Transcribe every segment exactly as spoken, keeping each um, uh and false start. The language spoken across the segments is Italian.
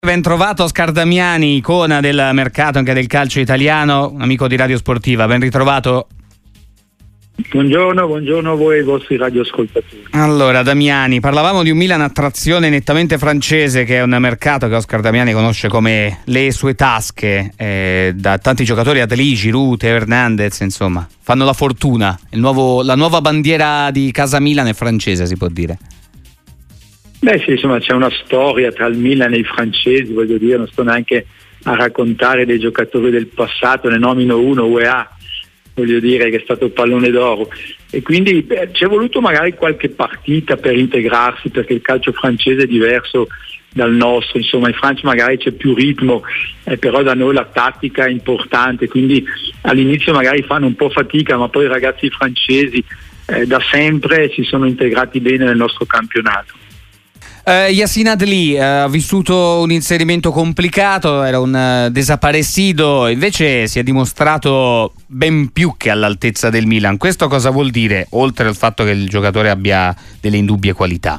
Ben trovato Oscar Damiani, icona del mercato anche del calcio italiano, un amico di Radio Sportiva, ben ritrovato. Buongiorno, buongiorno a voi e ai vostri radioascoltatori. Allora Damiani, parlavamo di un Milan a trazione nettamente francese, che è un mercato che Oscar Damiani conosce come le sue tasche, eh, da tanti giocatori, Adli, Giroud, Teo Hernandez, insomma, fanno la fortuna. Il nuovo, la nuova bandiera di casa Milan è francese, si può dire. Beh sì, insomma c'è una storia tra il Milan e i francesi, voglio dire, non sto neanche a raccontare dei giocatori del passato, ne nomino uno, U E A, voglio dire, che è stato pallone d'oro, e quindi beh, ci è voluto magari qualche partita per integrarsi, perché il calcio francese è diverso dal nostro, insomma in Francia magari c'è più ritmo, eh, però da noi la tattica è importante, quindi all'inizio magari fanno un po' fatica, ma poi i ragazzi francesi eh, da sempre si sono integrati bene nel nostro campionato. Uh, Yacine Adli uh, ha vissuto un inserimento complicato, era un uh, desaparecido, invece si è dimostrato ben più che all'altezza del Milan. Questo cosa vuol dire, oltre al fatto che il giocatore abbia delle indubbie qualità?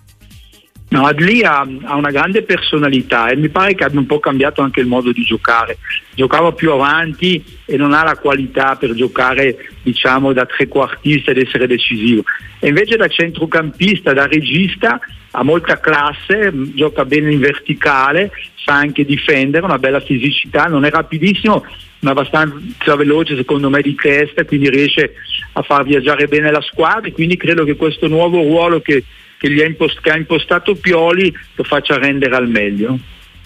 No, Adli ha, ha una grande personalità e mi pare che abbia un po' cambiato anche il modo di giocare. Giocava più avanti e non ha la qualità per giocare, diciamo, da trequartista ed essere decisivo. E invece da centrocampista, da regista, ha molta classe, gioca bene in verticale, sa anche difendere, una bella fisicità, non è rapidissimo, ma abbastanza veloce secondo me di testa, quindi riesce a far viaggiare bene la squadra, e quindi credo che questo nuovo ruolo che che gli ha, impost- che ha impostato Pioli lo faccia rendere al meglio.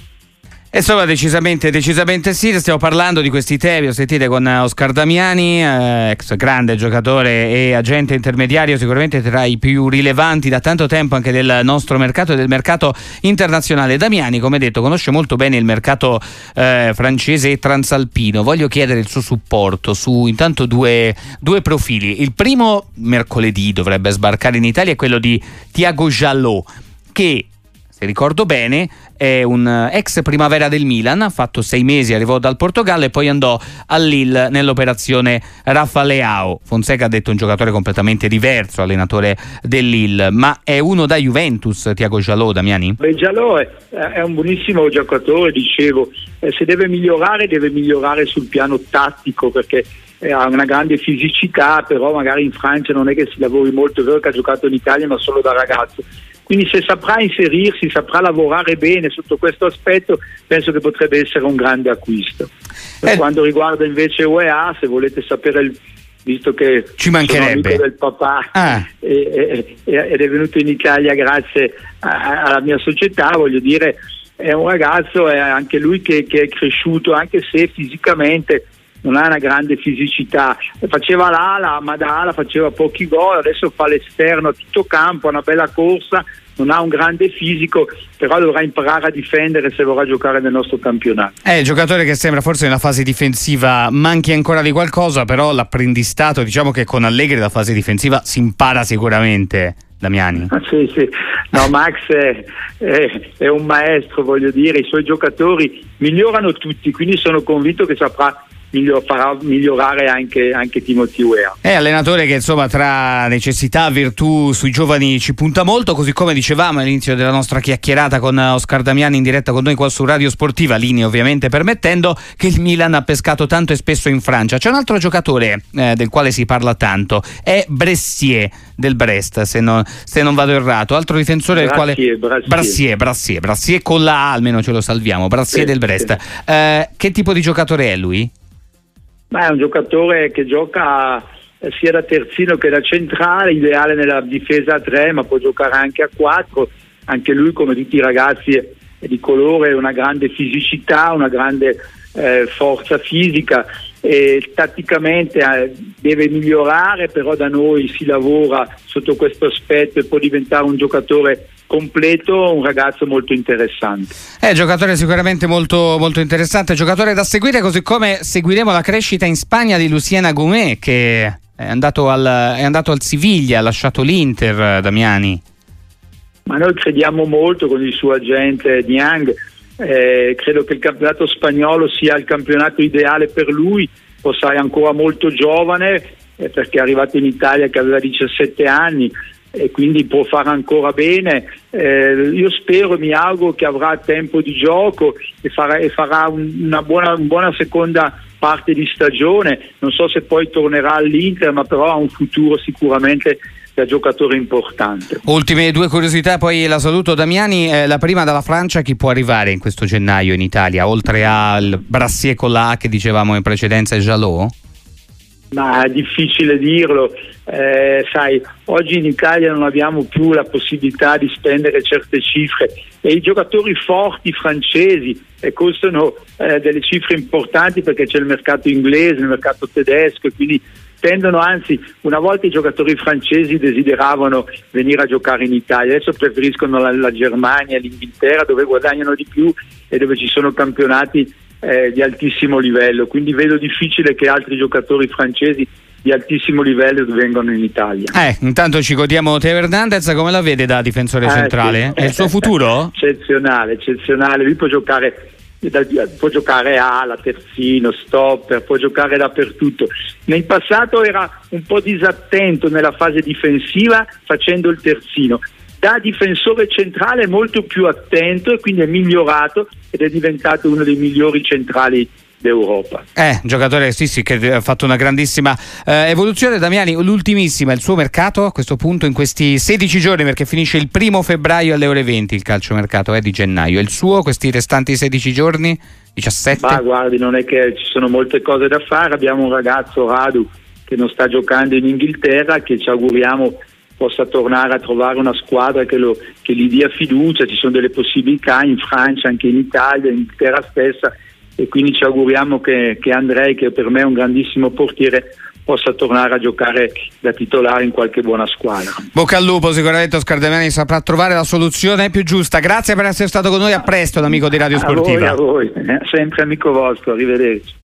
Insomma, decisamente, decisamente sì, stiamo parlando di questi temi, sentite, con Oscar Damiani, eh, ex grande giocatore e agente intermediario, sicuramente tra i più rilevanti da tanto tempo anche del nostro mercato e del mercato internazionale. Damiani, come detto, conosce molto bene il mercato eh, francese e transalpino. Voglio chiedere il suo supporto su intanto due, due profili. Il primo, mercoledì dovrebbe sbarcare in Italia, è quello di Thiago Jalot, che, se ricordo bene, è un ex primavera del Milan, ha fatto sei mesi, arrivò dal Portogallo e poi andò al Lille nell'operazione Rafa Leao. Fonseca ha detto un giocatore completamente diverso, allenatore del Lille, ma è uno da Juventus, Thiago Jalot, Damiani? Beh, Jalot è, è un buonissimo giocatore, dicevo, eh, se deve migliorare deve migliorare sul piano tattico, perché ha una grande fisicità, però magari in Francia non è che si lavori molto, è vero che ha giocato in Italia ma solo da ragazzo. Quindi se saprà inserirsi, saprà lavorare bene sotto questo aspetto, penso che potrebbe essere un grande acquisto. Per eh. quanto riguarda invece U E A, se volete sapere, il, visto che ci mancherebbe, sono amico del papà ah. e, e, ed è venuto in Italia grazie a, alla mia società, voglio dire, è un ragazzo, è anche lui che, che è cresciuto, anche se fisicamente non ha una grande fisicità, faceva l'ala, ma da ala faceva pochi gol, adesso fa l'esterno a tutto campo, ha una bella corsa, non ha un grande fisico, però dovrà imparare a difendere se vorrà giocare nel nostro campionato. È il giocatore che sembra forse nella fase difensiva manchi ancora di qualcosa, però l'apprendistato, diciamo che con Allegri la fase difensiva si impara sicuramente. Damiani? Ah, sì, sì. No, Max è, è, è un maestro, voglio dire, i suoi giocatori migliorano tutti, quindi sono convinto che saprà Miglior, farà migliorare anche, anche Timothy Weah. È allenatore che insomma tra necessità e virtù sui giovani ci punta molto, così come dicevamo all'inizio della nostra chiacchierata con Oscar Damiani in diretta con noi qua su Radio Sportiva, linee ovviamente permettendo, che il Milan ha pescato tanto e spesso in Francia. C'è un altro giocatore eh, del quale si parla tanto, è Bressier del Brest, se non, se non vado errato, altro difensore Brassier, del quale Brassier. Brassier, Brassier, Brassier con la A, almeno ce lo salviamo, Brassier sì, del Brest. Sì. Eh, che tipo di giocatore è lui? Ma è un giocatore che gioca sia da terzino che da centrale, ideale nella difesa a tre, ma può giocare anche a quattro. Anche lui, come tutti i ragazzi, è di colore, una grande fisicità, una grande eh, forza fisica, e tatticamente eh, deve migliorare, però da noi si lavora sotto questo aspetto e può diventare un giocatore completo, un ragazzo molto interessante. È giocatore sicuramente molto, molto interessante, giocatore da seguire, così come seguiremo la crescita in Spagna di Lucien Agumé, che è andato al, è andato al Siviglia, ha lasciato l'Inter, Damiani. Ma noi crediamo molto con il suo agente Niang, eh, credo che il campionato spagnolo sia il campionato ideale per lui, forse è ancora molto giovane, eh, perché è arrivato in Italia che aveva diciassette anni, e quindi può fare ancora bene. Eh, io spero, mi auguro che avrà tempo di gioco e farà, e farà un, una buona, una buona seconda parte di stagione. Non so se poi tornerà all'Inter, ma però ha un futuro sicuramente da giocatore importante. Ultime due curiosità, poi la saluto. Damiani, eh, la prima dalla Francia, chi può arrivare in questo gennaio in Italia, oltre al Brassier Colà che dicevamo in precedenza e Jalot? Ma è difficile dirlo, eh, sai, oggi in Italia non abbiamo più la possibilità di spendere certe cifre e i giocatori forti francesi eh, costano eh, delle cifre importanti perché c'è il mercato inglese, il mercato tedesco, e quindi tendono, anzi, una volta i giocatori francesi desideravano venire a giocare in Italia, adesso preferiscono la, la Germania, l'Inghilterra, dove guadagnano di più e dove ci sono campionati Eh, di altissimo livello, quindi vedo difficile che altri giocatori francesi di altissimo livello vengano in Italia. Eh, intanto ci godiamo Teo Hernandez, come la vede da difensore eh, centrale? Sì. È il suo futuro? Eccezionale, eccezionale, lui può giocare può giocare ala, terzino, stopper, può giocare dappertutto. Nel passato era un po' disattento nella fase difensiva facendo il terzino. Da difensore centrale è molto più attento e quindi è migliorato ed è diventato uno dei migliori centrali d'Europa. Eh, giocatore sì sì che ha fatto una grandissima eh, evoluzione. Damiani, l'ultimissima, il suo mercato a questo punto in questi sedici giorni, perché finisce il primo febbraio alle ore venti il calciomercato è di gennaio, il suo questi restanti sedici giorni, diciassette? Ma guardi, non è che ci sono molte cose da fare, abbiamo un ragazzo, Radu, che non sta giocando in Inghilterra, che ci auguriamo possa tornare a trovare una squadra che, lo, che gli dia fiducia. Ci sono delle possibilità in Francia, anche in Italia, in Inghilterra stessa, e quindi ci auguriamo che, che Andrei, che per me è un grandissimo portiere, possa tornare a giocare da titolare in qualche buona squadra. Bocca al lupo, sicuramente Oscar Damiani saprà trovare la soluzione più giusta. Grazie per essere stato con noi, a presto, l'amico di Radio Sportiva. A voi, a voi. Eh, sempre amico vostro, arrivederci.